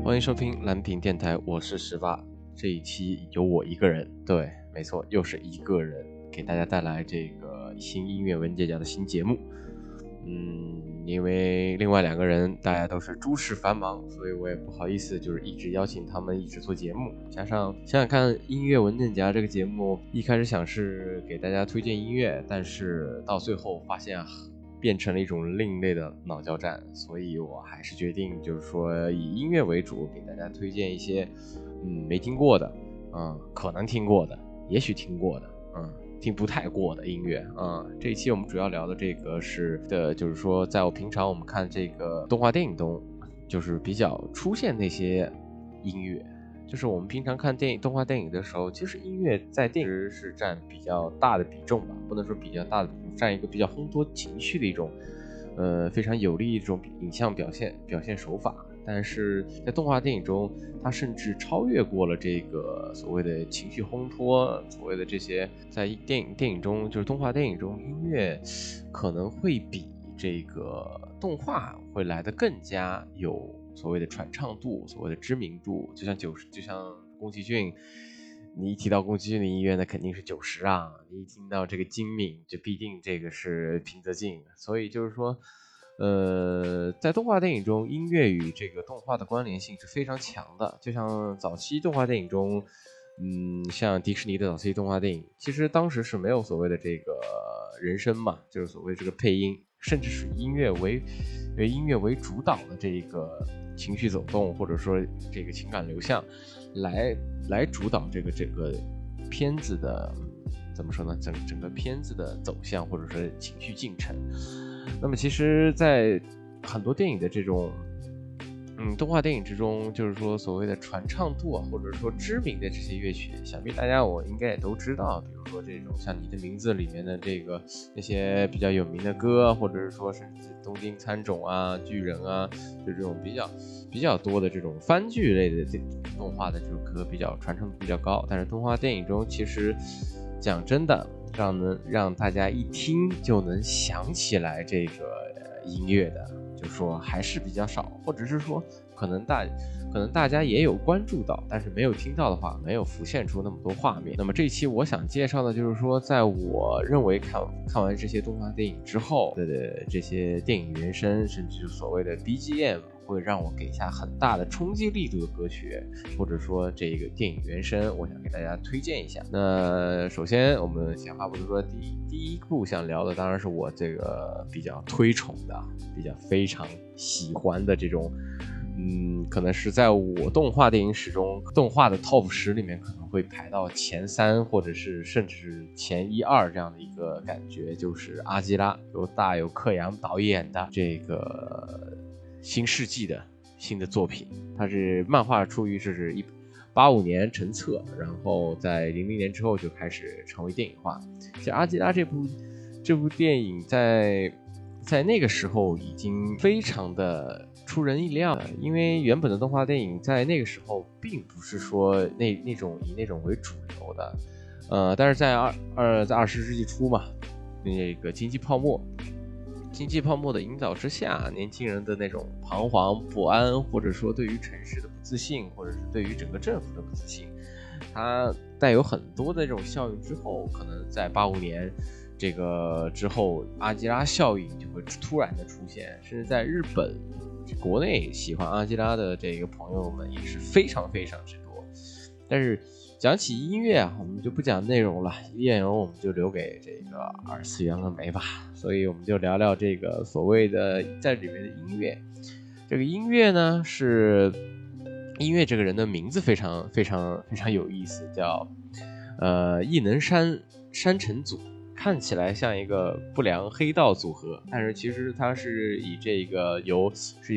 欢迎收听蓝屏电台，我是18。这一期有我一个人，对，没错，又是一个人给大家带来这个新音乐文件夹的新节目。因为另外2个人大家都是诸事繁忙，所以我也不好意思就是一直邀请他们一直做节目。加上想想看，音乐文件夹这个节目一开始想是给大家推荐音乐，但是到最后发现变成了一种另类的脑交战，所以我还是决定就是说以音乐为主，给大家推荐一些没听过的，可能听过的，也许听过的，听不太过的音乐。这一期我们主要聊的这个就是说在我平常我们看这个动画电影中，就是比较出现那些音乐。就是我们平常看动画电影的时候，其实音乐在电影是占比较大的比重吧，不能说比较大的比重，占一个比较烘托情绪的一种非常有利的一种影像表现手法。但是在动画电影中，它甚至超越过了这个所谓的情绪烘托，所谓的这些在电影中，就是动画电影中，音乐可能会比这个动画会来得更加有所谓的传唱度，所谓的知名度。就像宫崎骏，你一提到宫崎骏的音乐，那肯定是90啊；你一听到这个金敏，就必定这个是平泽静。所以就是说，在动画电影中，音乐与这个动画的关联性是非常强的。就像早期动画电影中，像迪士尼的早期动画电影，其实当时是没有所谓的这个人声嘛，就是所谓这个配音，甚至是以音乐为主导的这个情绪走动，或者说这个情感流向，来主导这个片子的怎么说呢？整个片子的走向，或者说情绪进程。那么其实在很多电影的这种动画电影之中，就是说所谓的传唱度啊，或者说知名的这些乐曲，想必大家我应该也都知道。比如说这种像《你的名字》里面的那些比较有名的歌，或者是说甚至东京喰种啊、巨人啊，就这种比较多的这种番剧类的动画的这种歌，比较传唱度比较高。但是动画电影中其实讲真的，让大家一听就能想起来这个音乐的，就是说还是比较少，或者是说可能大家也有关注到，但是没有听到的话，没有浮现出那么多画面。那么这一期我想介绍的就是说，在我认为看完这些动画电影之后的这些电影原声，甚至所谓的 BGM， 会让我给下很大的冲击力度的歌曲，或者说这个电影原声，我想给大家推荐一下。那首先我们闲话不多说，第一部想聊的当然是我这个比较推崇的，比较非常喜欢的这种可能是在我动画电影史中动画的 top 10里面可能会排到前3，或者是甚至前1、2这样的一个感觉，就是阿基拉，由大友克洋导演的这个新世纪的新的作品。它是漫画出于是85年成册，然后在00年之后就开始成为电影化。其实阿基拉这部电影在那个时候已经非常的出人意料了，因为原本的动画电影在那个时候并不是说那种以那种为主流的，但是在20世纪初嘛，那个经济泡沫的引导之下，年轻人的那种彷徨不安，或者说对于城市的不自信，或者是对于整个政府的不自信，它带有很多的这种效应之后，可能在85年这个之后，阿基拉效应就会突然的出现，甚至在日本国内喜欢阿基拉的这个朋友们也是非常非常之多。但是讲起音乐啊，我们就不讲内容了，内容我们就留给这个二次元和美吧。所以我们就聊聊这个所谓的在里面的音乐。这个音乐呢，是音乐这个人的名字非常非常非常有意思，叫异能山城组。看起来像一个不良黑道组合，但是其实它是以这个由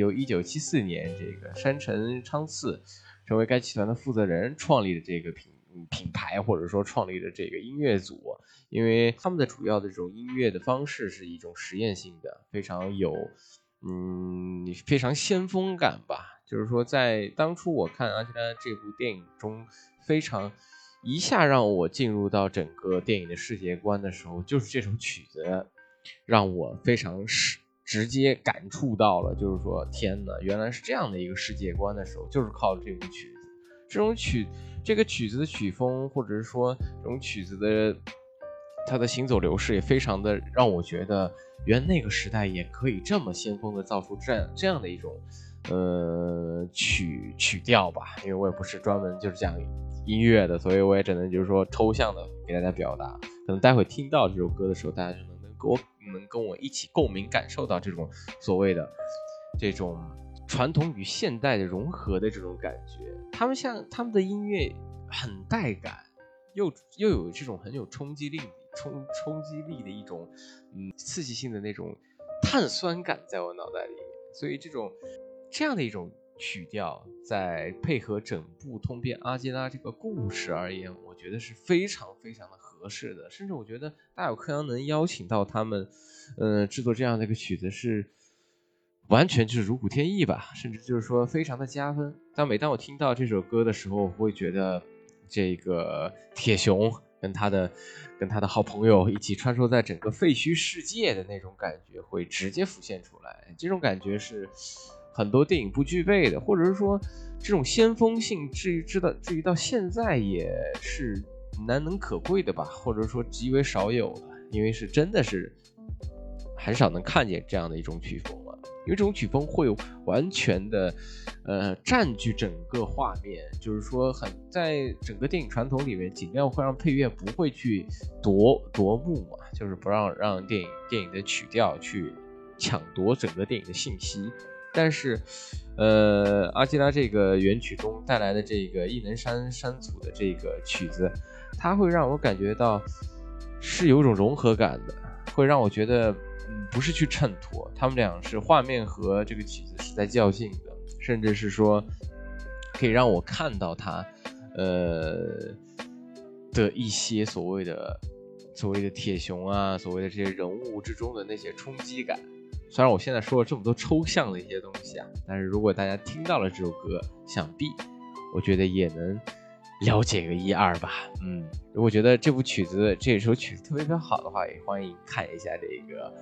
1974年这个山城昌次成为该集团的负责人创立的这个品牌，或者说创立的这个音乐组。因为他们的主要的这种音乐的方式是一种实验性的，非常有非常先锋感吧。就是说在当初我看阿基拉这部电影中，非常一下让我进入到整个电影的世界观的时候，就是这首曲子让我非常直接感触到了，就是说天哪，原来是这样的一个世界观的时候，就是靠这部曲子。这个曲子的曲风，或者是说这种曲子的它的行走流逝，也非常的让我觉得，原来那个时代也可以这么先锋的造出这样的一种曲调吧。因为我也不是专门就是讲音乐的，所以我也只能就是说抽象的给大家表达。可能待会听到这首歌的时候，大家就能跟我一起共鸣，感受到这种所谓的这种传统与现代的融合的这种感觉。他们的音乐很带感，又有这种很有冲击力的一种刺激性的那种碳酸感在我脑袋里面。所以这样的一种曲调，在配合整部通篇阿基拉这个故事而言，我觉得是非常非常的合适的。甚至我觉得大有克洋能邀请到他们制作这样的一个曲子，是完全就是如虎添翼吧，甚至就是说非常的加分。但每当我听到这首歌的时候，我会觉得这个铁雄跟他的好朋友一起穿梭在整个废墟世界的那种感觉会直接浮现出来。这种感觉是很多电影不具备的，或者是说这种先锋性至于到现在也是难能可贵的吧，或者说极为少有的。因为是真的是很少能看见这样的一种曲风了。因为这种曲风会完全的占据整个画面，就是说在整个电影传统里面，尽量会让配乐不会去夺目嘛，就是不让电影的曲调去抢夺整个电影的信息。但是阿基拉这个原曲中带来的这个异能山组的这个曲子，它会让我感觉到是有一种融合感的，会让我觉得不是去衬托，他们俩是画面和这个曲子是在较劲的，甚至是说可以让我看到它的一些所谓的铁雄啊，所谓的这些人物之中的那些冲击感。虽然我现在说了这么多抽象的一些东西啊，但是如果大家听到了这首歌，想必我觉得也能了解个一二吧。如果觉得这首曲子特别好的话，也欢迎看一下这个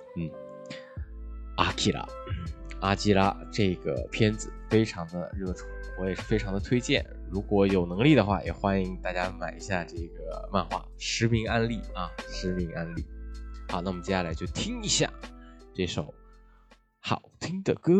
阿基拉这个片子，非常的热衷，我也是非常的推荐。如果有能力的话，也欢迎大家买一下这个漫画，实名安利。好，那我们接下来就听一下这首好听的歌。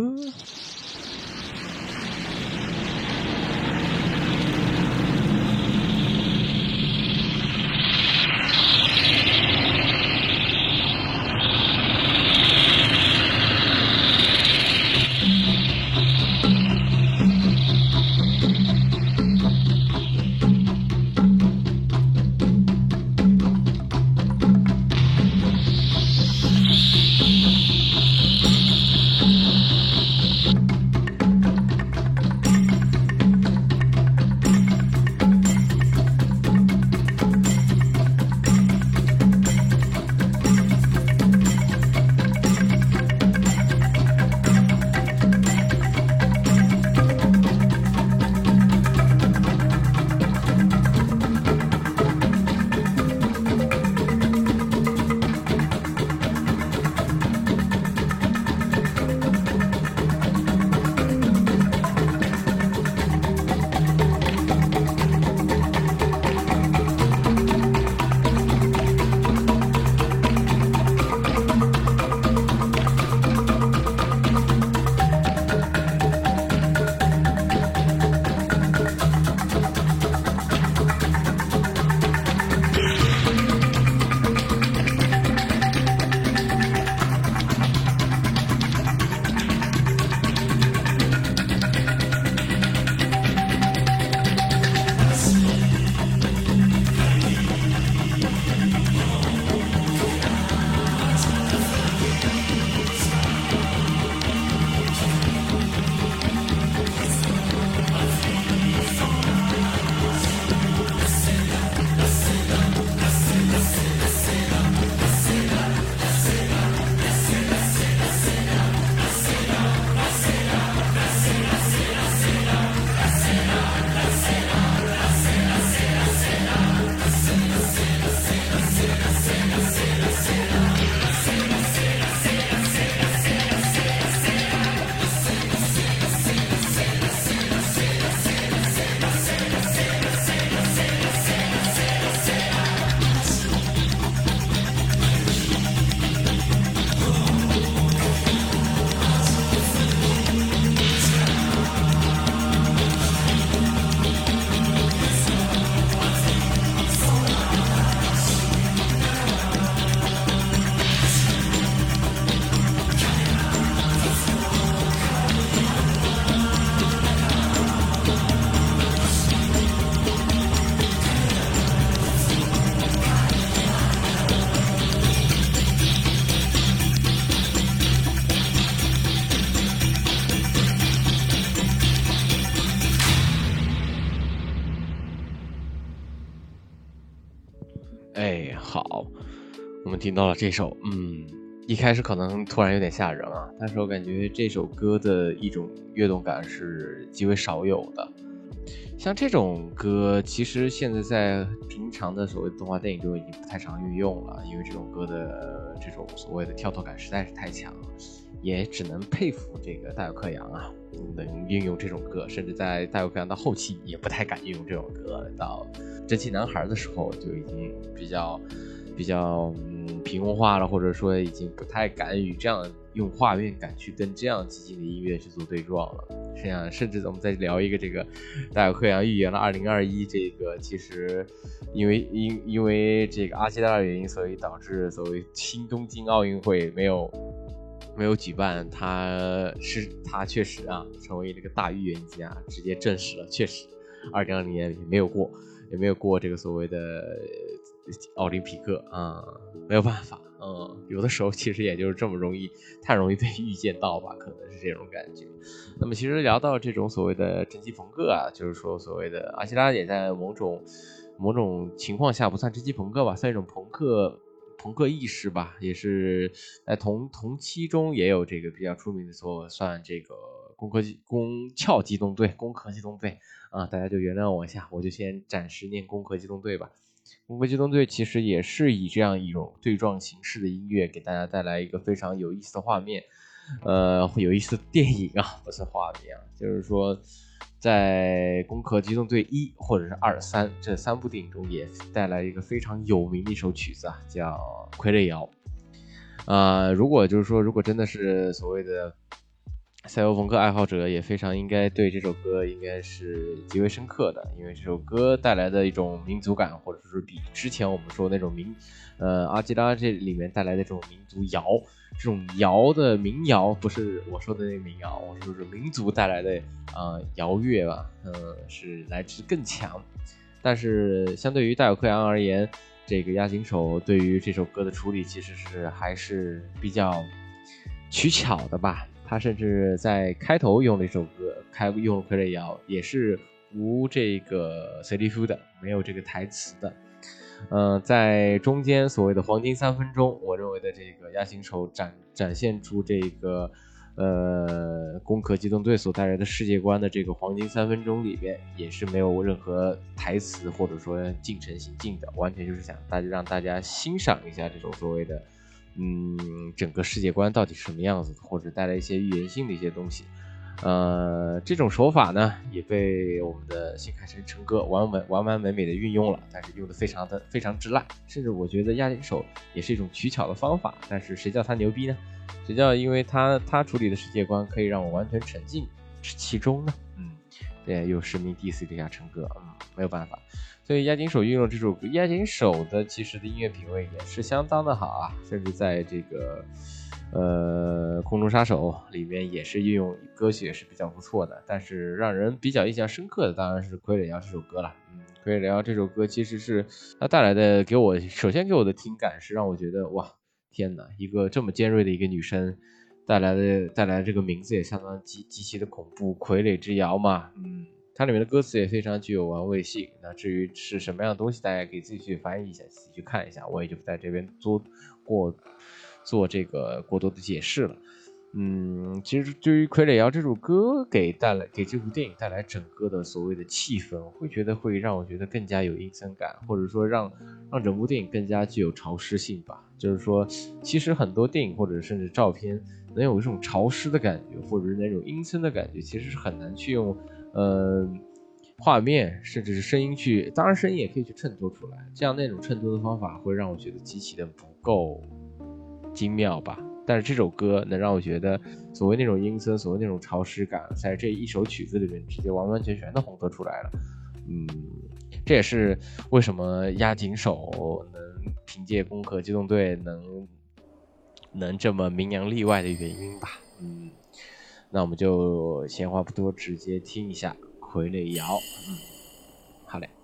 哎，好，我们听到了这首，一开始可能突然有点吓人啊，但是我感觉这首歌的一种跃动感是极为少有的。像这种歌，其实现在在平常的所谓动画电影中已经不太常运用了，因为这种歌的这种所谓的跳脱感实在是太强了，也只能佩服这个大有克洋啊，能运用这种歌，甚至在大有克洋到后期也不太敢运用这种歌，到真气男孩的时候就已经比较平庸化了，或者说已经不太敢与这样用画面感去跟这样激进的音乐去做对撞了。这样，甚至我们再聊一个这个大有克洋预言了2021这个，其实因为这个阿基拉的原因，所以导致所谓新东京奥运会没有举办，他确实啊成为了一个大预言家，直接证实了，确实2020年也没有过这个所谓的奥林匹克啊，没有办法，有的时候其实也就是这么太容易被预见到吧，可能是这种感觉。那么其实聊到这种所谓的真气朋克啊，就是说所谓的阿基拉也在某种情况下不算真气朋克吧，算一种朋克意识吧，也是在同期中也有这个比较出名的算这个攻壳机动队啊，大家就原谅我一下，我就先暂时念攻壳机动队吧。攻壳机动队其实也是以这样一种对撞形式的音乐给大家带来一个非常有意思的画面，有意思的电影啊，不是画面啊，就是说在攻壳机动队1或者是2、3这3部电影中也带来一个非常有名的一首曲子啊，叫傀儡摇。如果真的是所谓的赛欧朋克爱好者，也非常应该对这首歌应该是极为深刻的，因为这首歌带来的一种民族感，或者是比之前我们说那种阿基拉这里面带来的这种民族摇，这种摇的民谣，不是我说的那个民谣，我说是民族带来的摇乐吧，是来之更强。但是相对于大有克洋而言，这个押井守对于这首歌的处理其实还是比较取巧的吧。他甚至在开头用了一首歌，用了傀儡摇，也是无这个塞利夫的，没有这个台词的。在中间所谓的黄金3分钟，我认为的这个押井守展现出这个攻壳机动队所带来的世界观的这个黄金3分钟里边，也是没有任何台词或者说进程行进的，完全就是想让大家欣赏一下这种所谓的整个世界观到底是什么样子，或者带来一些预言性的一些东西。这种手法呢，也被我们的新海诚哥完美的运用了，但是用的非常之烂，甚至我觉得押井守也是一种取巧的方法，但是谁叫他牛逼呢？谁叫因为他处理的世界观可以让我完全沉浸其中呢？对，又实名 diss 了一下诚哥，没有办法。所以押井守运用这首歌，押井守的其实的音乐品味也是相当的好啊，甚至在这个空中杀手里面也是运用歌曲也是比较不错的。但是让人比较印象深刻的当然是傀儡摇这首歌了。傀儡摇这首歌其实是它带来的首先给我的听感是让我觉得哇天哪，一个这么尖锐的一个女生带来的这个名字也相当极其的恐怖，傀儡之摇嘛。它里面的歌词也非常具有玩味性。那至于是什么样的东西，大家可以自己去翻译一下，自己去看一下，我也就不在这边做这个过多的解释了。其实对于傀儡摇这首歌给这部电影带来整个的所谓的气氛，会让我觉得更加有阴森感，或者说让整部电影更加具有潮湿性吧。就是说，其实很多电影或者甚至照片能有一种潮湿的感觉，或者是那种阴森的感觉，其实是很难去用画面甚至是声音去，当然声音也可以去衬托出来，这样那种衬托的方法会让我觉得极其的不够精妙吧。但是这首歌能让我觉得所谓那种阴森，所谓那种潮湿感，在这一首曲子里面直接完全的烘托出来了。这也是为什么押井守能凭借攻壳机动队能这么名扬例外的原因吧。那我们就闲话不多，直接听一下傀儡摇。好嘞。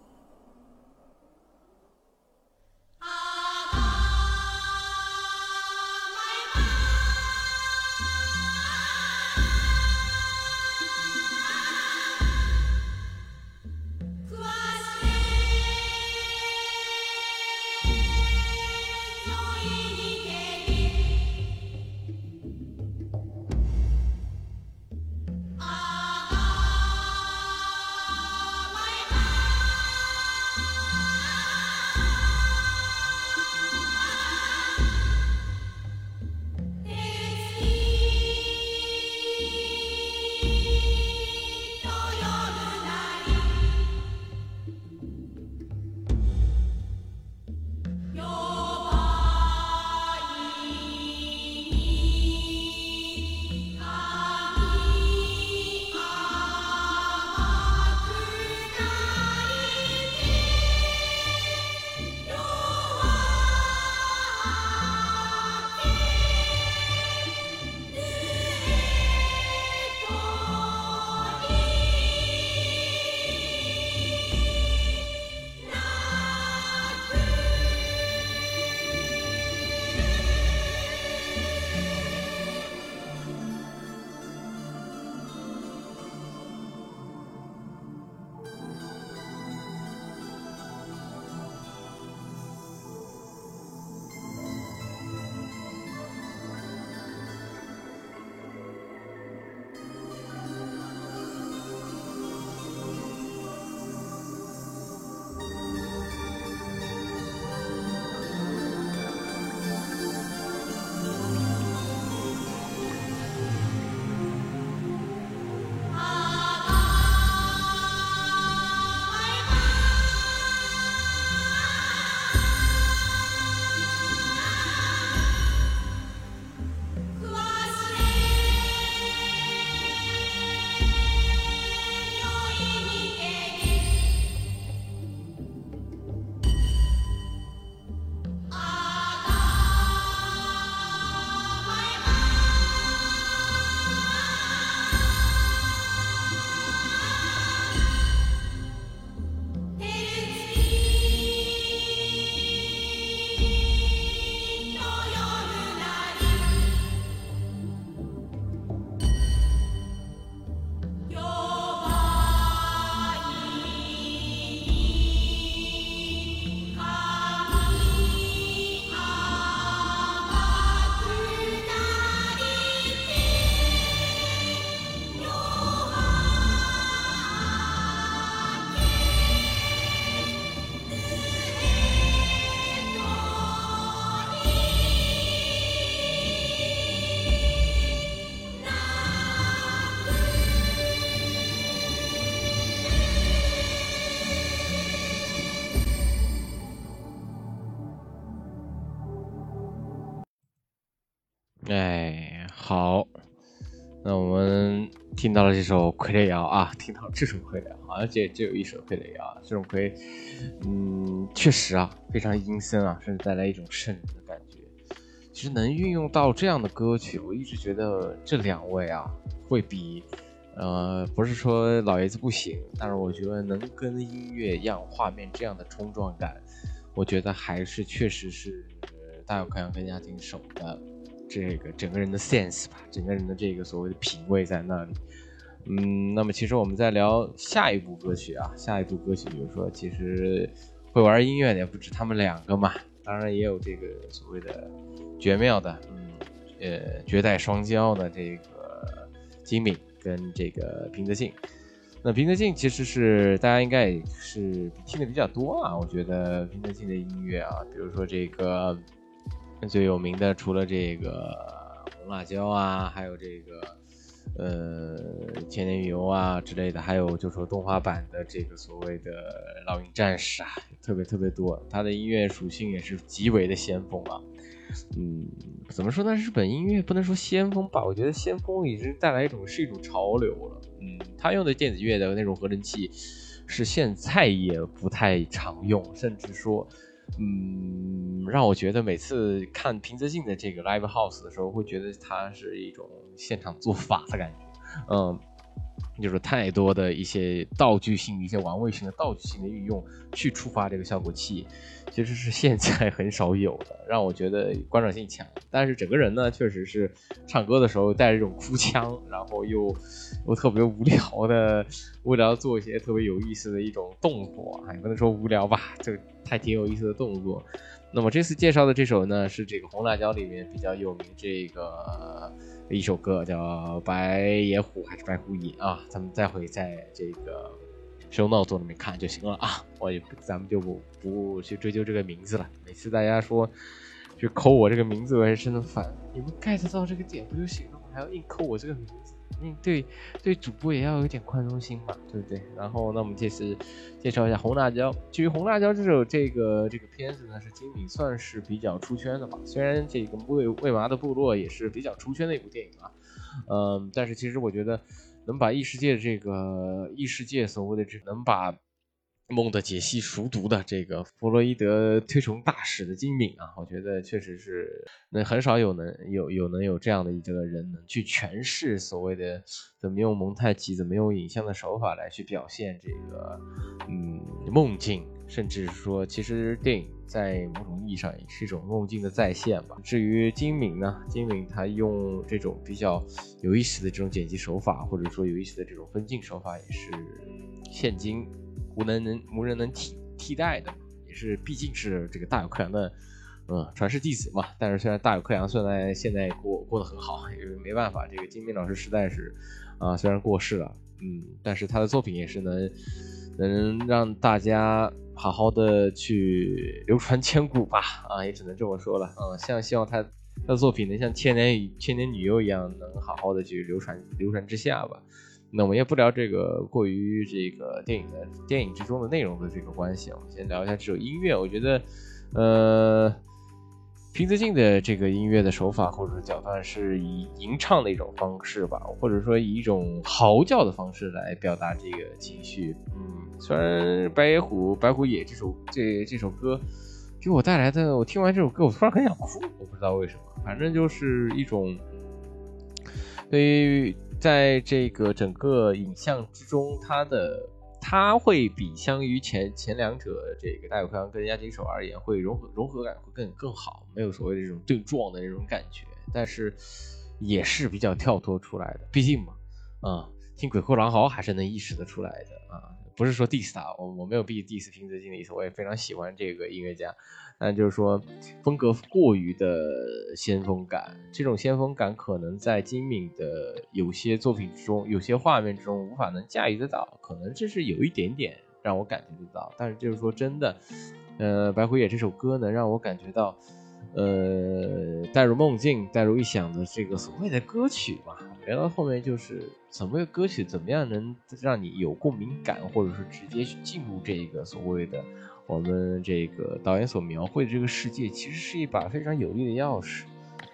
好，那我们听到了这首傀儡摇啊，听到这首傀儡摇，好像只有一首傀儡摇，这种傀，确实啊，非常阴森啊，甚至带来一种瘆人的感觉。其实能运用到这样的歌曲，我一直觉得这两位啊，会比，不是说老爷子不行，但是我觉得能跟音乐一样，画面这样的冲撞感，我觉得还是确实是大有克洋跟押井守的这个整个人的 sense 吧，整个人的这个所谓的品味在那里。那么其实我们在聊下一部歌曲啊，下一部歌曲比如说，其实会玩音乐的也不止他们两个嘛，当然也有这个所谓的绝妙的，绝代双骄的这个金敏跟这个平泽静。那平泽静其实是大家应该也是听的比较多啊，我觉得平泽静的音乐啊，比如说这个最有名的，除了这个红辣椒啊，还有这个千年女优啊之类的，还有就说动画版的这个所谓的烙印战士啊，特别多。它的音乐属性也是极为的先锋啊。怎么说呢？日本音乐不能说先锋吧，我觉得先锋已经带来是一种潮流了。他用的电子乐的那种合成器是现在也不太常用，甚至说让我觉得每次看平泽静的这个 live house 的时候，会觉得它是一种现场做法的感觉。就是太多的一些道具性、一些玩味性的道具性的运用，去触发这个效果器，其实是现在很少有的，让我觉得观赏性强。但是整个人呢，确实是唱歌的时候带着这种哭腔，然后又特别无聊做一些特别有意思的一种动作，也不能说无聊吧，这个挺有意思的动作。那么这次介绍的这首呢，是这个红辣椒里面比较有名这个一首歌，叫白野虎还是白虎野啊？咱们再会在这个 show note 里面看就行了啊。咱们就不去追究这个名字了。每次大家说去扣我这个名字，我还是真的烦。你们 get 到这个点不就行了吗？还要硬扣我这个名字？对主播也要有点宽容心嘛，对不对？然后那我们这次介绍一下红辣椒。至于红辣椒这个片子呢，是金敏算是比较出圈的吧。虽然这个魏麻的部落也是比较出圈的一部电影啊，但是其实我觉得能把异世界所谓的能把梦的解析熟读的这个弗洛伊德推崇大使的金敏啊，我觉得确实是很少有这样的一个人能去诠释所谓的怎么用蒙太奇，怎么用影像的手法来去表现这个梦境，甚至说其实电影在某种意义上也是一种梦境的再现吧。至于金敏呢，金敏他用这种比较有意思的这种剪辑手法，或者说有意思的这种分镜手法，也是现今无人能替代的，也是毕竟是这个大有克洋的传世弟子嘛。但是虽然大有克洋现在过得很好，因为没办法，这个金敏老师实在是虽然过世了，但是他的作品也是能让大家好好的去流传千古吧，也只能这么说了。希望他的作品能像千年女优一样，能好好的去流传之下吧。那我们也不聊这个过于这个电影之中的内容的这个关系，我们先聊一下这首音乐。我觉得平泽静的这个音乐的手法或者说脚段是以吟唱的一种方式吧，或者说以一种嚎叫的方式来表达这个情绪。虽然白虎野这首歌给我带来的，我听完这首歌我突然很想哭，我不知道为什么，反正就是一种对于在这个整个影像之中，它会比相于前两者这个大有克洋跟押井守而言，会融合感会更好，没有所谓的这种对撞的那种感觉，但是也是比较跳脱出来的，毕竟嘛，听鬼哭狼嚎还是能意识得出来的啊。不是说 diss 他，我没有diss 平泽静的意思，我也非常喜欢这个音乐家，但就是说风格过于的先锋感，这种先锋感可能在金敏的有些作品之中，有些画面之中无法能驾驭得到，可能这是有一点点让我感觉得到，但是就是说真的，白虎野这首歌呢，让我感觉到。带入梦境、带入臆想的这个所谓的歌曲嘛，聊到后面就是所谓的歌曲怎么样能让你有共鸣感，或者说直接去进入这个所谓的我们这个导演所描绘的这个世界，其实是一把非常有力的钥匙。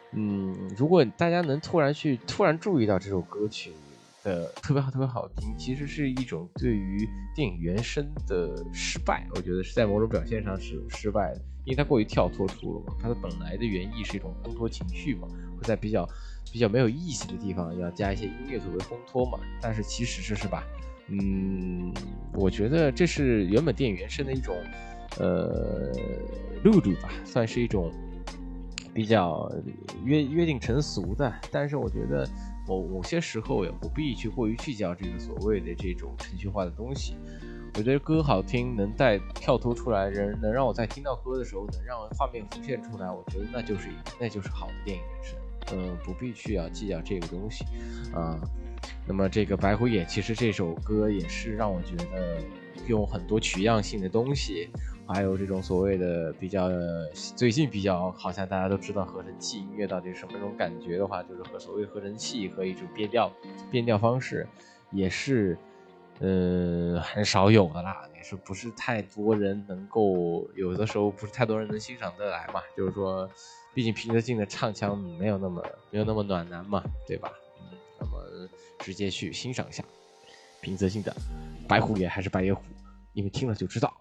如果大家能突然注意到这首歌曲的特别好听，其实是一种对于电影原声的失败，我觉得是在某种表现上是失败的，因为它过于跳脱出了嘛，它的本来的原意是一种烘托情绪嘛，会在比较没有意思的地方要加一些音乐作为烘托嘛，但是其实是吧，我觉得这是原本电影原声的一种路吧，算是一种比较约定成俗的，但是我觉得某些时候也不必去过于计较这个所谓的这种程序化的东西。我觉得歌好听，能带跳脱出来，能让我在听到歌的时候能让画面浮现出来，我觉得那就是好的电影原声。不必去要计较这个东西啊。那么这个白虎眼，其实这首歌也是让我觉得用很多取样性的东西，还有这种所谓的最近比较好像大家都知道合成器音乐到底是什么种感觉的话，就是和所谓合成器和一种变调方式也是很少有的啦，也是不是太多人能够，有的时候不是太多人能欣赏得来嘛，就是说毕竟平泽静的唱腔没有那么暖男嘛，对吧？那么直接去欣赏一下平泽静的白虎眼还是白野虎，你们听了就知道。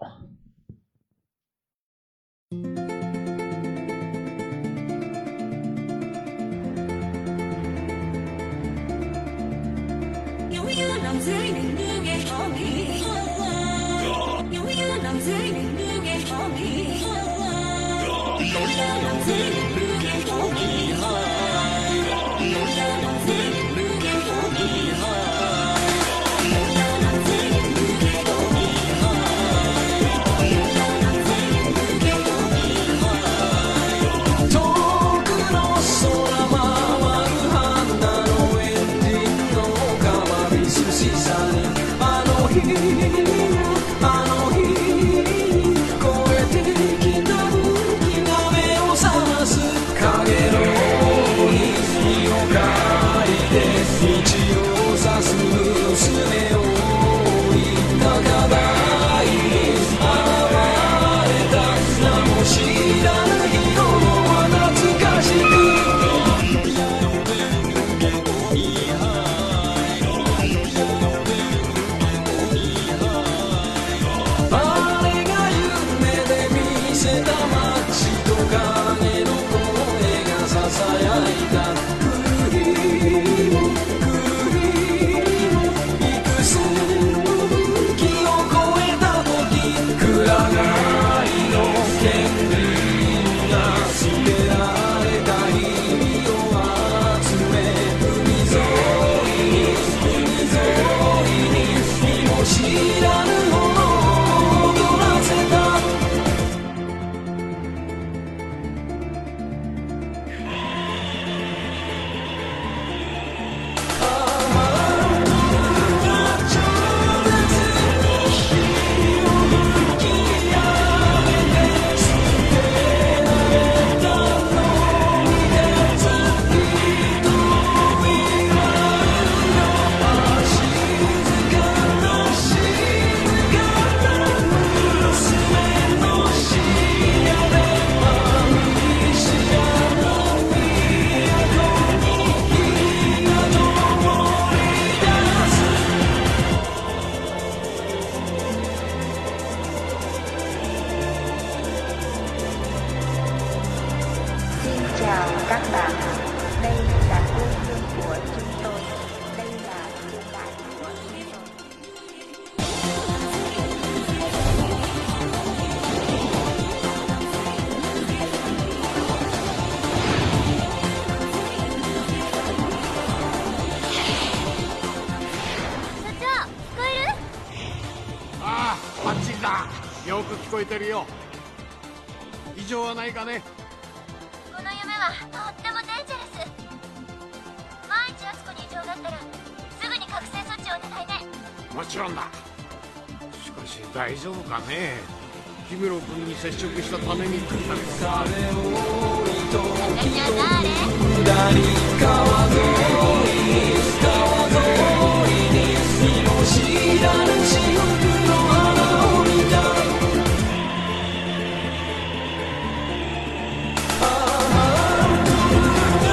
よく聞こえてるよ。異常はないかね。 この夢はとってもデンジャラス。万一敦子に異常があったらすぐに覚醒措置をお願いね。 もちろんだ。しかし大丈夫かね。姫野君に接触したために私は誰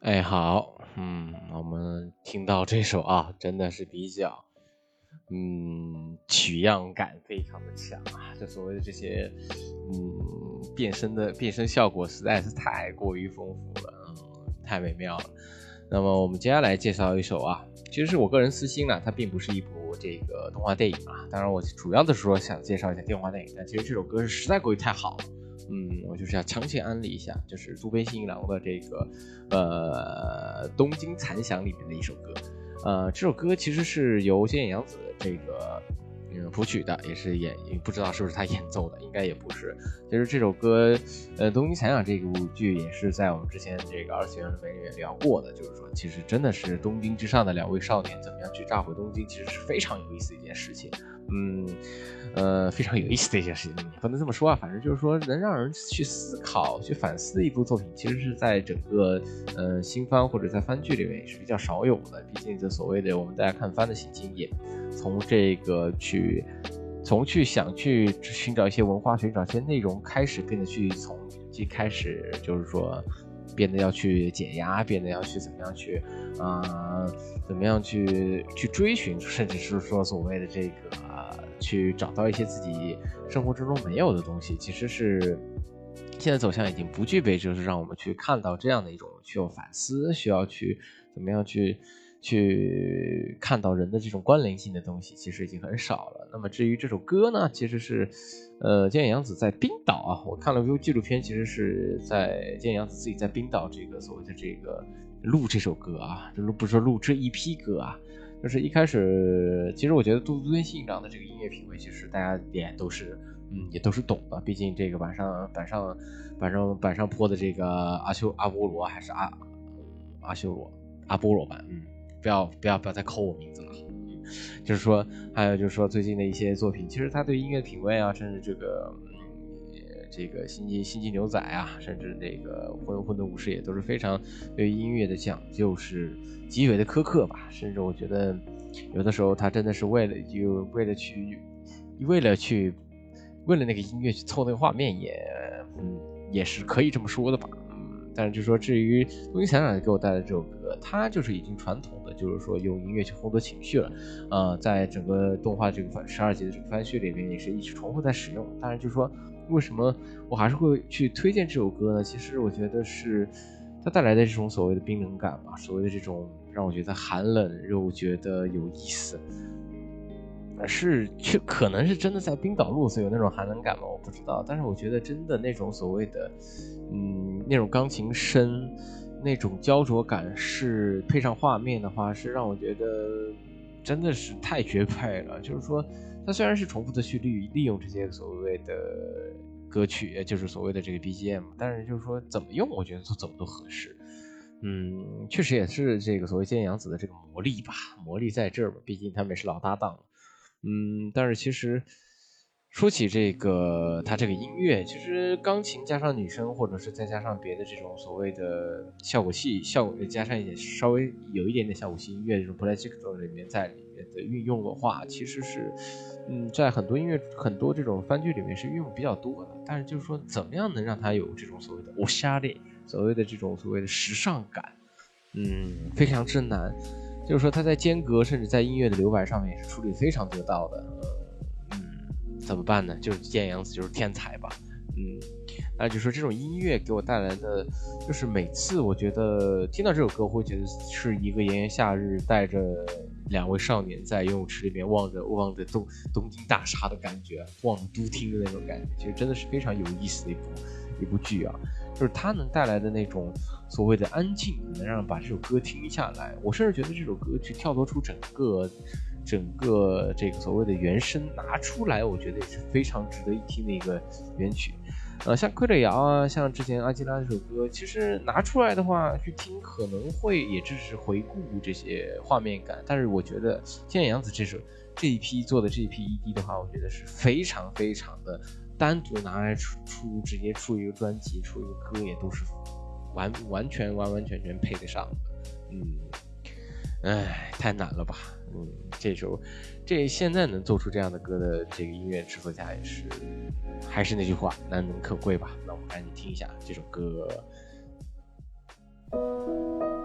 哎，好，我们听到这首啊，真的是比较，取样感非常的强啊，这所谓的这些，变身效果实在是太过于丰富了，太美妙了。那么我们接下来介绍一首啊，其实是我个人私心啦，它并不是一部这个动画电影啊，当然我主要的是说想介绍一下动画电影，但其实这首歌是实在过于太好了。我就是要强行安利一下，就是渡边信一郎的这个东京残响里面的一首歌。这首歌其实是由菅野洋子这个谱曲的，也不知道是不是他演奏的，应该也不是。其实这首歌东京残响这部剧也是在我们之前这个二次元里面聊过的，就是说其实真的是东京之上的两位少年怎么样去炸毁东京，其实是非常有意思的一件事情。非常有意思的一件事情，不能这么说啊，反正就是说能让人去思考、去反思的一部作品，其实是在整个新番或者在番剧里面也是比较少有的。毕竟这所谓的我们大家看番的新经验，从想去寻找一些文化、寻找一些内容，开始变得去从即开始就是说变得要去解压，变得要去怎么样去追寻，甚至是说所谓的这个去找到一些自己生活之中没有的东西，其实是现在走向已经不具备，就是让我们去看到这样的一种需要反思，需要去怎么样去看到人的这种关联性的东西，其实已经很少了。那么至于这首歌呢，其实是菅野洋子在冰岛啊，我看了部纪录片，其实是在菅野洋子自己在冰岛这个所谓的这个录这首歌啊，不是说录这一批歌啊，就是一开始其实我觉得渡边信一郎的这个音乐品味，其实大家也都是懂的，毕竟这个板上坡的这个阿波罗还是阿修罗阿波罗版，不要再扣我名字了。就是说，还有就是说最近的一些作品，其实他对音乐品味啊，甚至这个星际牛仔啊，甚至这个混沌武士也都是非常对于音乐的讲究是极为的苛刻吧。甚至我觉得有的时候他真的是为了那个音乐去凑那个画面，也是可以这么说的吧。但是就说至于东京残响给我带来这首歌，它就是已经传统的，就是说用音乐去烘托情绪了。在整个动画这个12集的这个番序里面也是一直重复在使用。当然就是说为什么我还是会去推荐这首歌呢？其实我觉得是它带来的这种所谓的冰冷感吧，所谓的这种让我觉得寒冷又觉得有意思。可能是真的在冰岛录所以有那种寒冷感吗？我不知道，但是我觉得真的那种所谓的那种钢琴声那种焦灼感，是配上画面的话，是让我觉得真的是太绝配了。就是说它虽然是重复的去利用这些所谓的歌曲，就是所谓的这个 BGM， 但是就是说怎么用我觉得怎么都合适。确实也是这个所谓菅野洋子的这个魔力吧，魔力在这儿吧，毕竟他们也是老搭档了。但是其实说起这个他这个音乐，其实钢琴加上女声，或者是再加上别的这种所谓的效果加上一点稍微有一点点效果器音乐这种 project 里面的运用的话，其实是在很多这种番剧里面是运用比较多的。但是就是说怎么样能让它有这种所谓的おしゃれ，所谓的这种所谓的时尚感，非常之难。就是说他在间隔甚至在音乐的留白上面也是处理非常得当的。怎么办呢？就是菅野洋子就是天才吧。那就是说这种音乐给我带来的，就是每次我觉得听到这首歌，我会觉得是一个炎炎夏日，带着两位少年在游泳池里面望着东京大厦的感觉，望着都厅的那种感觉，其实真的是非常有意思的一部剧啊。就是它能带来的那种所谓的安静，能让人把这首歌听下来。我甚至觉得这首歌去跳脱出整个这个所谓的原声拿出来，我觉得也是非常值得一听的一个原曲。像傀儡摇啊，像之前阿基拉这首歌，其实拿出来的话去听，可能会也只是回顾这些画面感。但是我觉得菅野洋子这一批做的这一批 ED 的话，我觉得是非常非常的单独拿来直接出一个专辑，出一个歌，也都是完全配得上的。太难了吧。这现在能做出这样的歌的这个音乐制作家也是，还是那句话，难能可贵吧。那我们赶紧听一下这首歌。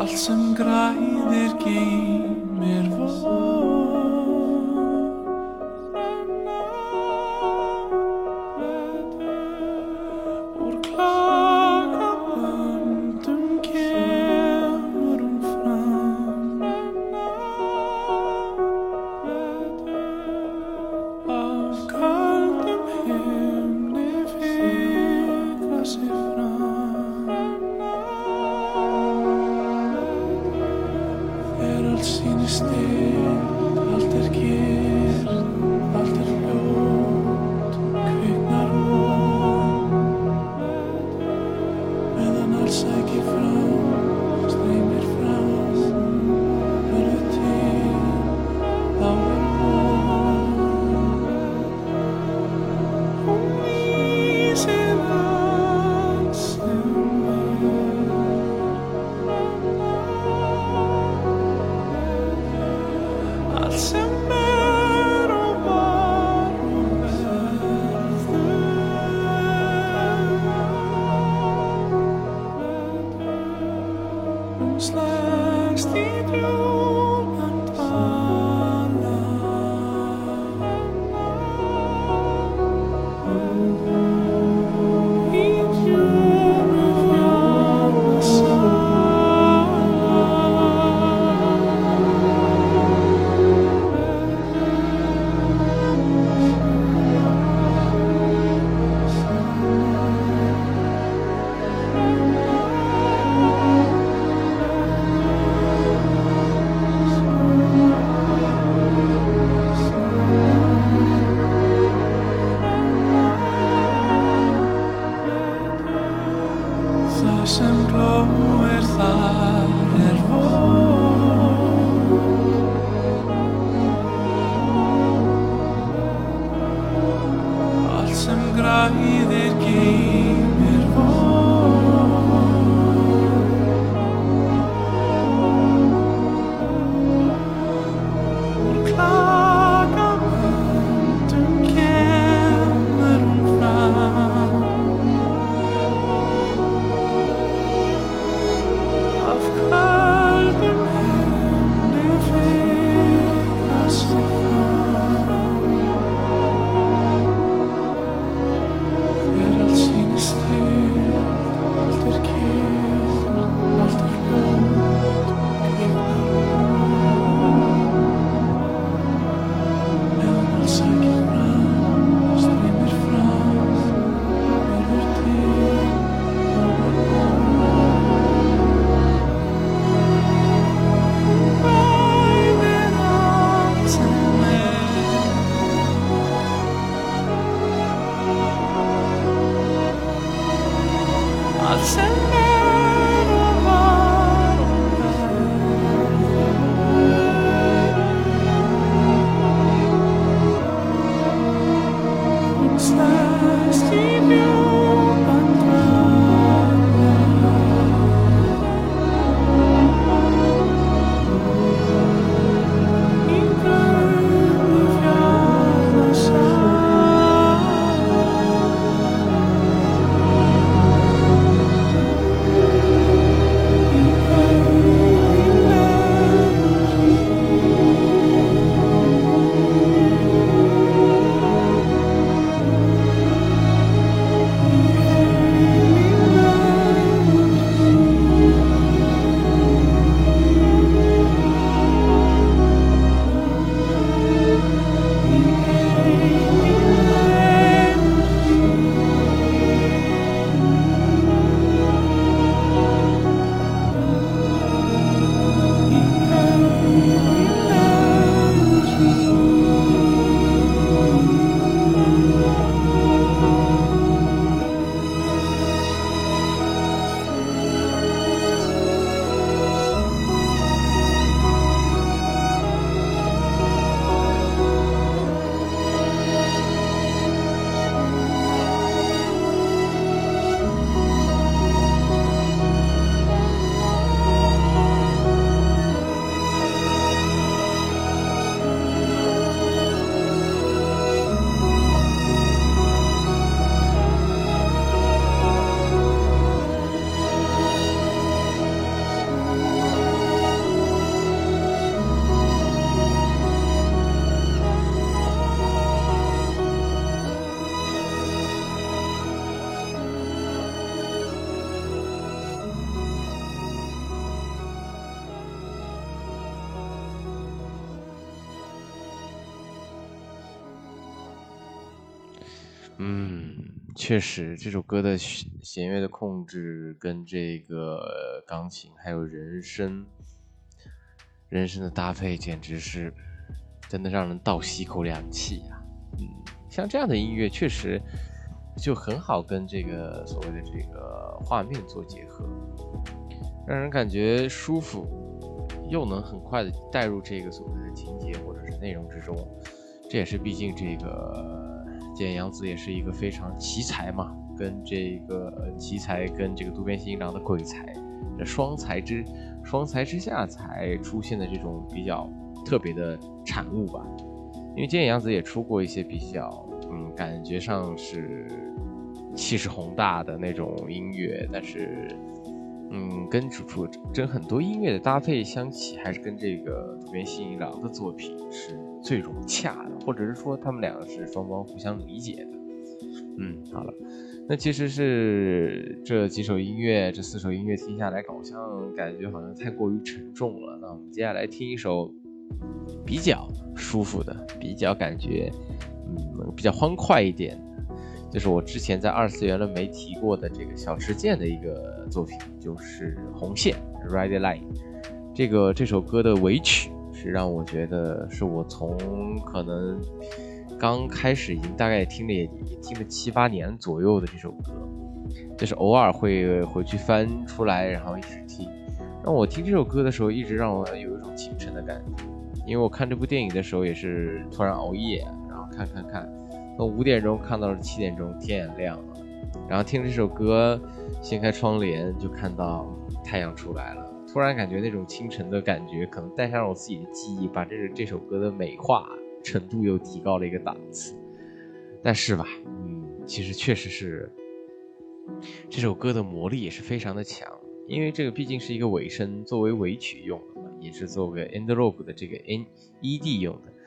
Allt sem græðir geymir úr klakaböndum kemur hún fram af köldum himni fikra sig fram allt sýnist still, allt kyrrt, allt hljótt, kviknar von. Meðan allt sækir fram, streymir fram, verður til, þá von. Hún lýsir allt sem allt sem og var og verður. Hún slæst í djúpan dvala í djúpu fjallasala. Það sem glóir þar von. Allt sem græðir geymir von. Úr klakaböndum kemur hún fram af köldum himni fikra sig fram allt sýnist still, allt kyrrt, allt hljótt, kviknar von. Meðan allt sækir fram, streymir fram, verður til, þá von. Bæðir allt sem allt sem og var og verður. Hún slæst í djúpan dvala í djúpu fjallasala. 确实，这首歌的弦乐的控制跟这个钢琴还有人声的搭配，简直是真的让人倒吸一口凉气啊！像这样的音乐确实就很好跟这个所谓的这个画面做结合，让人感觉舒服，又能很快的带入这个所谓的情节或者是内容之中。这也是毕竟这个菅洋子也是一个非常奇才嘛，跟这个奇才跟这个渡边信一郎的鬼才，这双才之下才出现的这种比较特别的产物吧。因为菅洋子也出过一些比较感觉上是气势宏大的那种音乐，但是跟真很多音乐的搭配相起，还是跟这个渡边信一郎的作品是最融洽的，或者是说他们两个是双方互相理解的。好了，那其实是这4首音乐听下来，好像感觉好像太过于沉重了。那我们接下来听一首比较舒服的，比较感觉比较欢快一点，就是我之前在二次元论没提过的这个小池健的一个作品，就是红线 Red Line。 这首歌的尾曲是让我觉得是我从可能刚开始已经大概也听了7、8年左右的这首歌，就是偶尔会回去翻出来然后一直听。让我听这首歌的时候一直让我有一种清晨的感觉，因为我看这部电影的时候也是突然熬夜，然后看从5点钟看到了7点钟，天也亮了，然后听这首歌，掀开窗帘就看到太阳出来了，突然感觉那种清晨的感觉，可能带上我自己的记忆，把这首歌的美化程度又提高了一个档次。但是吧，其实确实是这首歌的魔力也是非常的强，因为这个毕竟是一个尾声作为尾曲用的嘛，也是作为 end roll 的这个 ED 用的。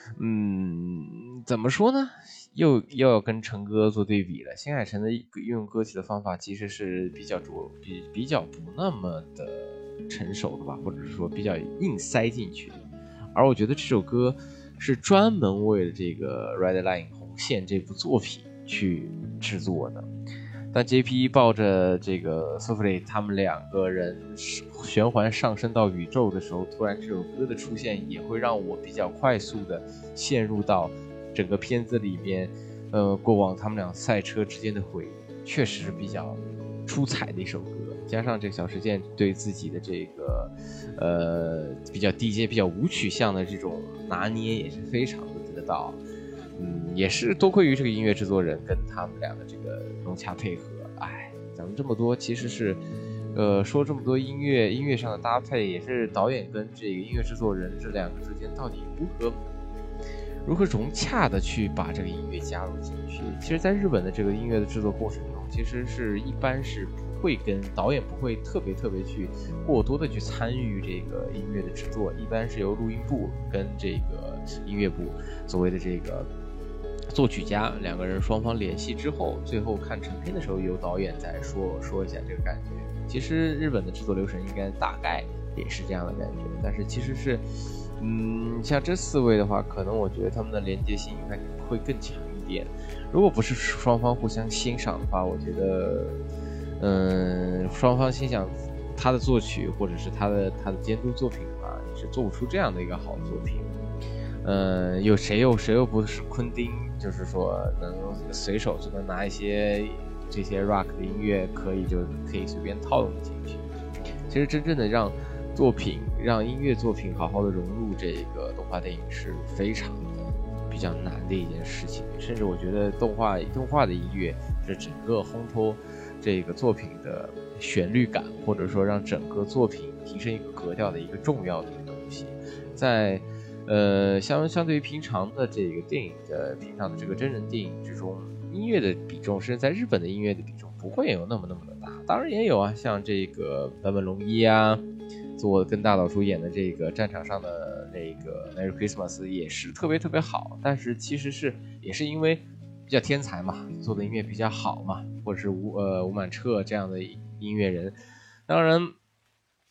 怎么说呢？又要跟成歌做对比了。新海诚的运用歌曲的方法其实是比较不那么的成熟的吧，或者是说比较硬塞进去的。而我觉得这首歌是专门为了这个 Red Line 红线这部作品去制作的。当 JP 抱着这个 Sofley 他们2个人旋环上升到宇宙的时候，突然这首歌的出现也会让我比较快速的陷入到整个片子里面过往他们俩赛车之间的回忆，确实是比较出彩的一首歌。加上这个小池健对自己的这个比较低阶比较舞曲向的这种拿捏也是非常的得到。也是多亏于这个音乐制作人跟他们俩的这个融洽配合。讲了这么多，其实是说这么多音乐上的搭配，也是导演跟这个音乐制作人这2个之间到底如何融洽的去把这个音乐加入进去。其实在日本的这个音乐的制作过程中，其实是一般是不会跟导演不会特别去过多的去参与这个音乐的制作，一般是由录音部跟这个音乐部所谓的这个作曲家2个人双方联系之后，最后看成片的时候由导演再说一下这个感觉。其实日本的制作流程应该大概也是这样的感觉，但是其实是像这4位的话，可能我觉得他们的连接性应该会更强一点。如果不是双方互相欣赏的话，我觉得双方欣赏他的作曲或者是他的监督作品的话，也是做不出这样的一个好作品。有谁又不是昆汀，就是说能随手就能拿一些这些 rock 的音乐可以随便套用进去。其实真正的让音乐作品好好的融入这个动画电影是非常比较难的一件事情，甚至我觉得动画的音乐是整个烘托这个作品的旋律感，或者说让整个作品提升一个格调的一个重要的一个东西。在相对于平常的这个电影的平常的这个真人电影之中，音乐的比重甚至在日本的音乐的比重不会有那么的大，当然也有啊，像这个坂本龙一啊，做跟大岛渚演的这个战场上的那个 Merry Christmas 也是特别好，但是其实也是因为比较天才嘛，做的音乐比较好嘛，或者是吴满彻这样的音乐人，当然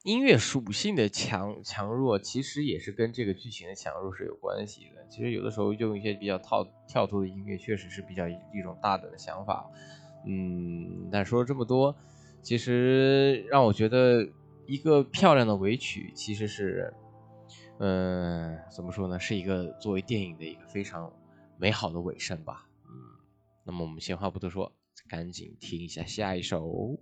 音乐属性的强弱，其实也是跟这个剧情的强弱是有关系的。其实有的时候用一些比较跳脱的音乐，确实是比较一种大胆的想法。但说了这么多，其实让我觉得一个漂亮的尾曲，其实是，怎么说呢，是一个作为电影的一个非常美好的尾声吧。那么我们闲话不多说，赶紧听一下下一首。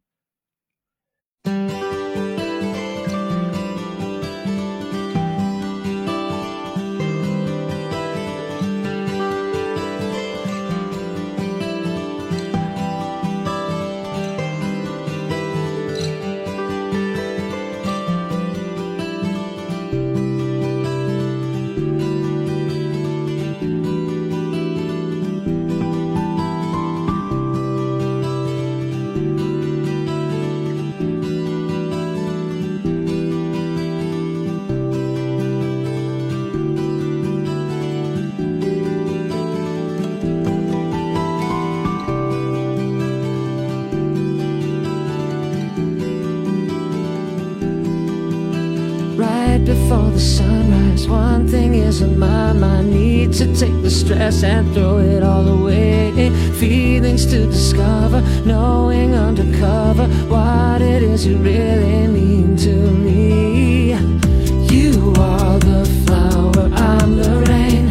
Before the sunrise, one thing is on my mind. Need to take the stress and throw it all away. Feelings to discover, knowing undercover what it is you really mean to me. You are the flower, I'm the rain.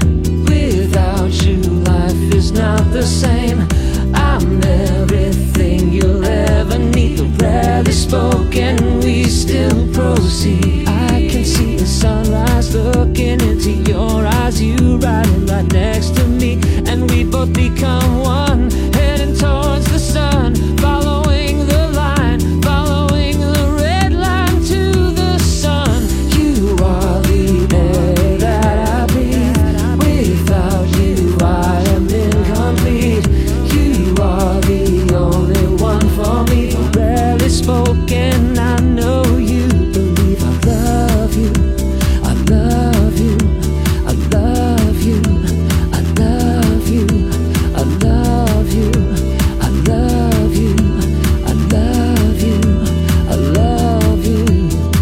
Without you, life is not the same. I'm everything you'll ever need. Rarely spoken, we still proceed. I can see the sunrise looking into your eyes. You riding right next to me, and we both become one, heading towards the sun, following the line, following the red line to the sun. You are the air that I breathe. Without you, I am incomplete. You are the only one for me. Rarely spoken, I know you believe. I love you, I love you, I love you, I love you, I love you, I love you, I love you, I love you.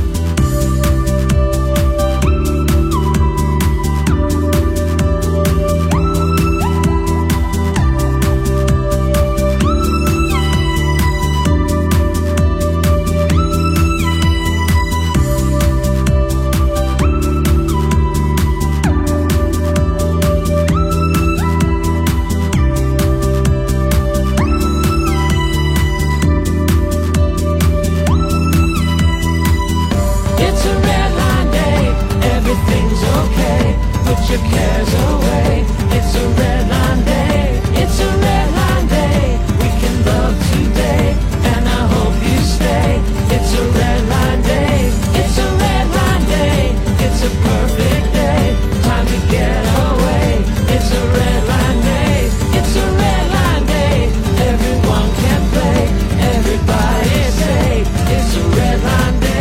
It's a red line day, everything's okay. Put your cares away. It's a red line day, it's a red line day. We can love today, and I hope you stay. It's a red line day, it's a red line day. It's a perfect day, time to get away. It's a red line day, it's a red line day. Everyone can play, everybody say it's a red line day.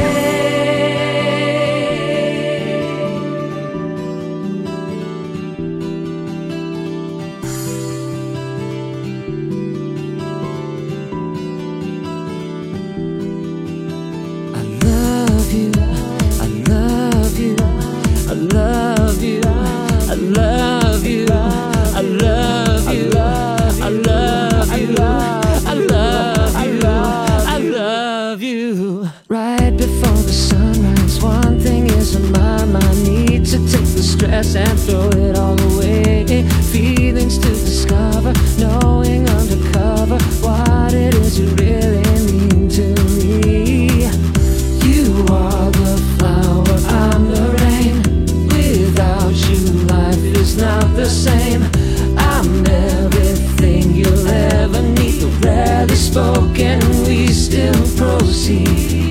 I love you, I love you, I love you, I love you, I love you, I love you, I love you, I love you. Right before the sunrise, one thing is on my mind. Need to take the stress and throw it all away. Feelings to discover, knowing undercover what it is you really mean to me. You are the flower, I'm the rain. Without you, life is not the same. I'm everything you'll ever need. Rarely spoken, we still proceed.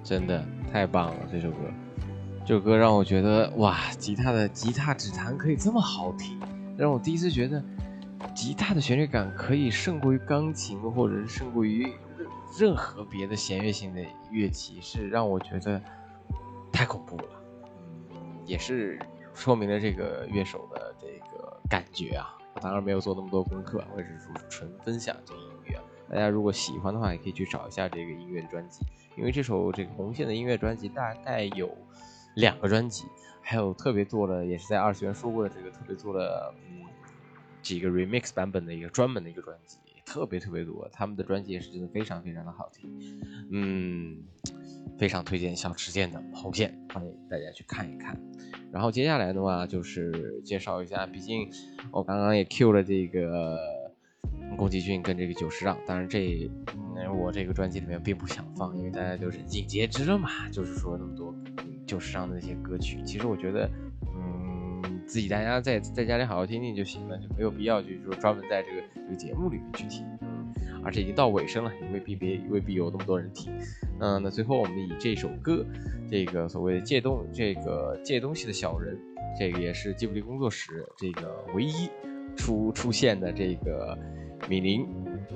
真的太棒了，这首歌让我觉得哇，吉他指弹可以这么好听，让我第一次觉得吉他的旋律感可以胜过于钢琴，或者是胜过于任何别的弦乐性的乐器，是让我觉得太恐怖了。也是说明了这个乐手的这个感觉啊。我当然没有做那么多功课，我只是纯分享这个音乐。大家如果喜欢的话，也可以去找一下这个音乐专辑，因为这个红线的音乐专辑大概有2个专辑，还有特别做了，也是在二次元说过的这个特别做了几个 remix 版本的一个专门的一个专辑，特别多。他们的专辑也是真的非常的好听，非常推荐小池健的红线，欢迎大家去看一看。然后接下来的话就是介绍一下，毕竟我刚刚也 Q 了这个宫崎骏跟这个久石让，当然我这个专辑里面并不想放，因为大家都人尽皆知了嘛，就是说那么多久石让的那些歌曲，其实我觉得自己大家在家里好好听听就行了，就没有必要就是说专门在这个节目里面去听，而且已经到尾声了，也未必有那么多人听。那最后我们以这首歌，这个所谓的借东西的小人，这个也是吉卜力工作室这个唯一出现的这个米林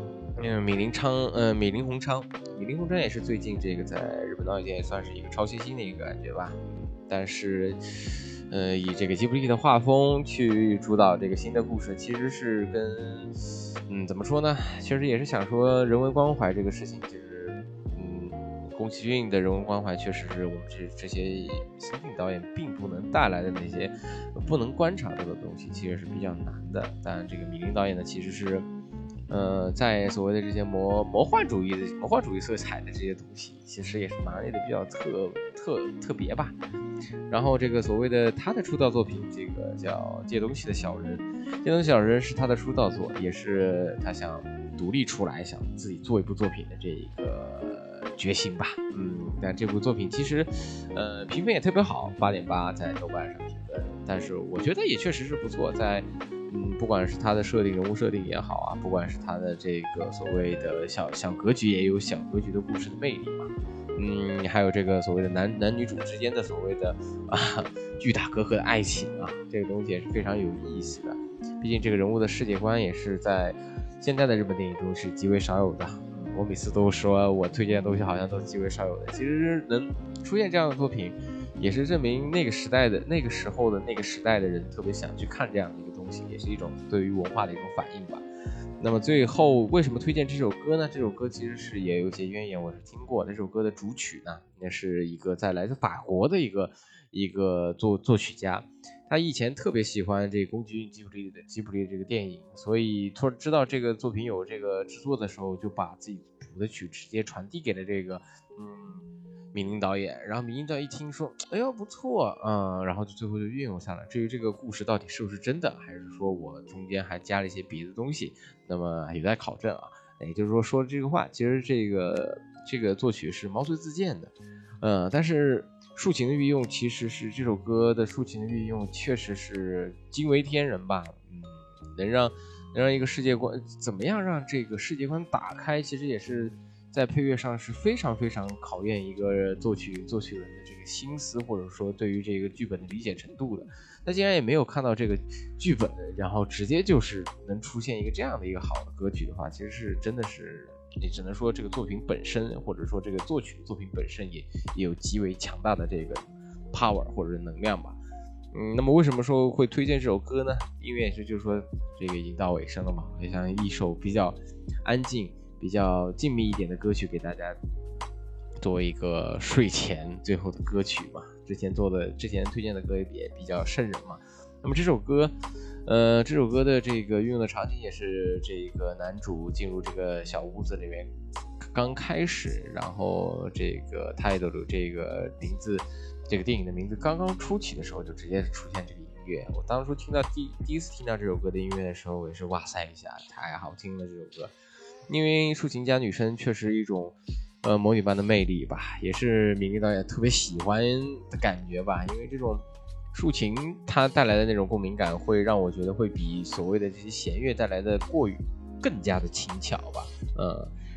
宏昌也是最近这个在日本导演界也算是一个超新星的一个感觉吧，但是以这个吉卜力的画风去主导这个新的故事，其实是跟怎么说呢，其实也是想说人文关怀这个事情，就是宫崎骏的人文关怀确实是我们这些新晋导演并不能带来的那些不能观察到的东西，其实是比较难的。当然这个米林导演呢，其实是在所谓的这些魔幻主义色彩的这些东西，其实也是拿捏的比较特别吧。然后这个所谓的他的出道作品，这个叫借东西的小人，借东西小人是他的出道作，也是他想独立出来想自己做一部作品的这一个决心吧。但这部作品其实评分也特别好，8.8在豆瓣上评分，但是我觉得也确实是不错，在不管是他的人物设定也好啊，不管是他的这个所谓的小格局，也有小格局的故事的魅力嘛。还有这个所谓的男女主之间的所谓的巨大隔阂的爱情啊，这个东西也是非常有意思的。毕竟这个人物的世界观也是在现在的日本电影中是极为少有的。我每次都说我推荐的东西好像都极为少有的，其实能出现这样的作品，也是证明那个时代的人特别想去看这样的一个东西，也是一种对于文化的一种反应吧。那么最后为什么推荐这首歌呢？这首歌其实是也有一些渊源，我是听过。这首歌的主曲呢，也是一个来自法国的一个作曲家，他以前特别喜欢这个宫崎骏吉卜力的这个电影，所以突然知道这个作品有这个制作的时候，就把自己谱的曲直接传递给了这个米林导演。然后米林导演一听说，哎呦不错，然后最后就运用下来。至于这个故事到底是不是真的，还是说我中间还加了一些别的东西，那么有待考证啊。也就是说这个话，其实这个作曲是毛遂自荐的，但是抒情的运用，其实是这首歌的抒情的运用确实是惊为天人吧。能让一个世界观，怎么样让这个世界观打开，其实也是在配乐上是非常考验一个作曲人的这个心思，或者说对于这个剧本的理解程度的。他竟然也没有看到这个剧本，然后直接就是能出现一个这样的一个好的歌曲的话，其实是真的是，你只能说这个作品本身，或者说这个作曲作品本身也有极为强大的这个 power 或者是能量吧。那么为什么说会推荐这首歌呢？因为也是就是说这个已经到尾声了嘛，也想一首比较安静比较静谧一点的歌曲给大家作为一个睡前最后的歌曲嘛。之前推荐的歌也比较瘆人嘛。那么这首歌的这个运用的场景也是这个男主进入这个小屋子里面刚开始，然后这个 title 这个名字，这个电影的名字刚刚出起的时候就直接出现这个音乐。我当初听到第一次听到这首歌的音乐的时候，我也是哇塞一下，太好听了这首歌。因为抒情加女生确实一种魔女般的魅力吧，也是米林导演特别喜欢的感觉吧。因为这种抒情它带来的那种共鸣感，会让我觉得会比所谓的这些弦乐带来的过于更加的轻巧吧。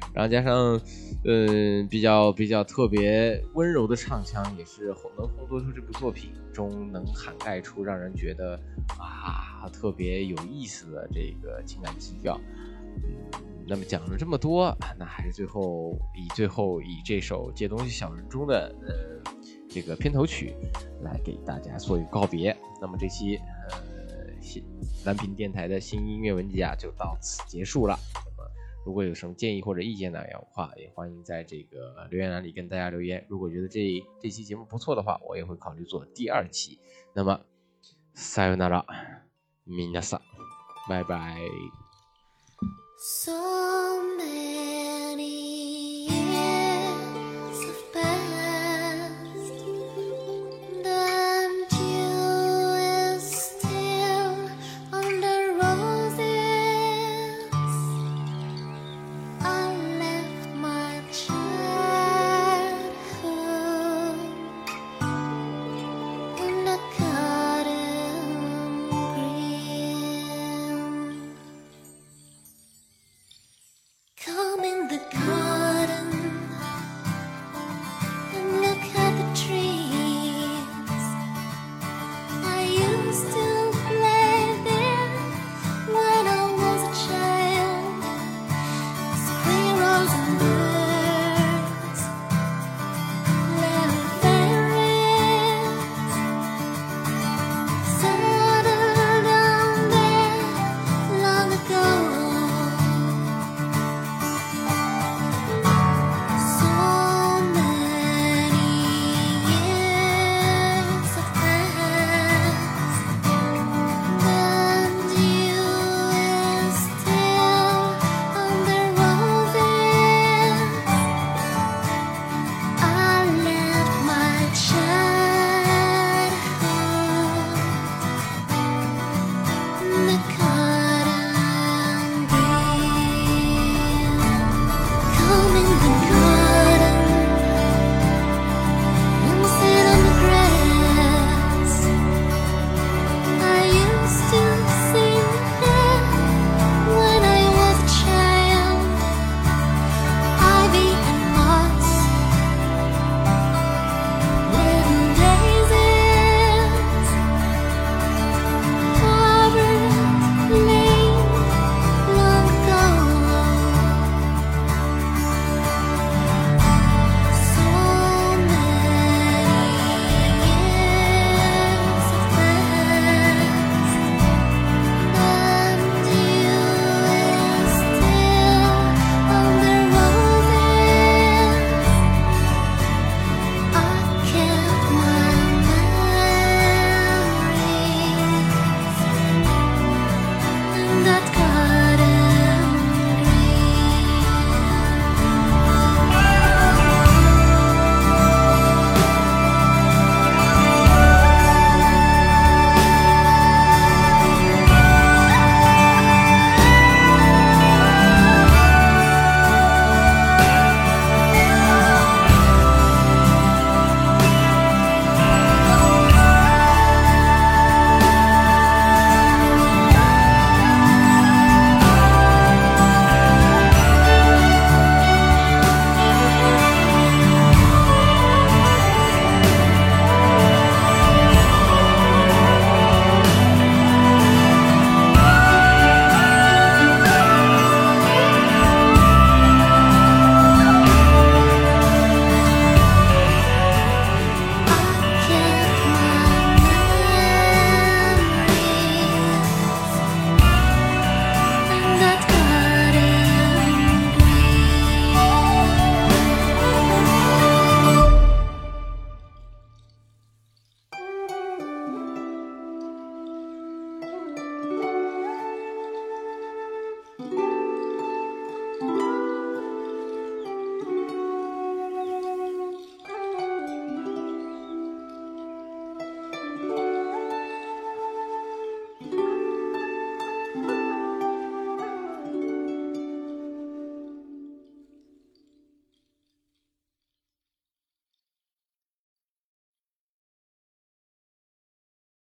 然后加上比较特别温柔的唱腔，也是能烘托出这部作品中能涵盖出让人觉得特别有意思的这个情感基调。那么讲了这么多，那还是最后以这首《借东西小人》中的这个片头曲来给大家做一个告别。那么这期蓝屏电台的新音乐文集就到此结束了。那么如果有什么建议或者意见的话，也欢迎在这个留言栏里跟大家留言。如果觉得这期节目不错的话，我也会考虑做第2期。那么さよなら皆さん，拜拜。 そうめ